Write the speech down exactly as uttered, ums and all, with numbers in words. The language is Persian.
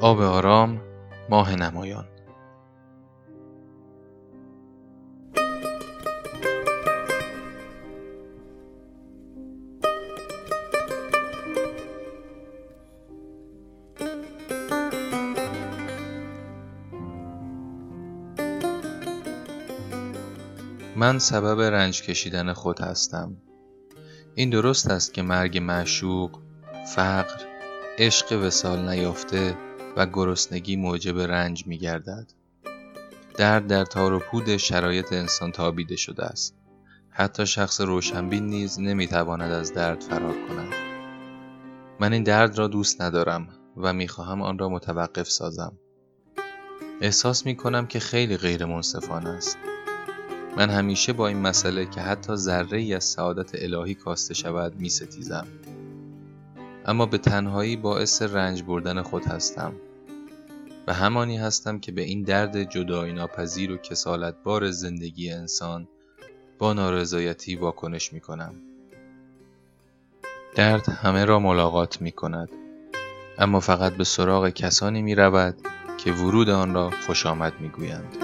آب آرام، ماه نمایان. من سبب رنج کشیدن خود هستم. این درست است که مرگ معشوق، فقر، عشق وصال نیافته و گرسنگی موجب رنج می گردد. درد در تار و پود شرایط انسان تابیده شده است. حتی شخص روشنبین نیز نمی تواند از درد فرار کند. من این درد را دوست ندارم و می خواهم آن را متوقف سازم. احساس می کنم که خیلی غیر منصفانه است. من همیشه با این مسئله که حتی ذره‌ای از سعادت الهی کاسته شود می ستیزم. اما به تنهایی باعث رنج بردن خود هستم و همانی هستم که به این درد جدایی ناپذیر و کسالتبار زندگی انسان با نارضایتی واکنش می کنم. درد همه را ملاقات می کند، اما فقط به سراغ کسانی می رود که ورود آن را خوش آمد می گویند.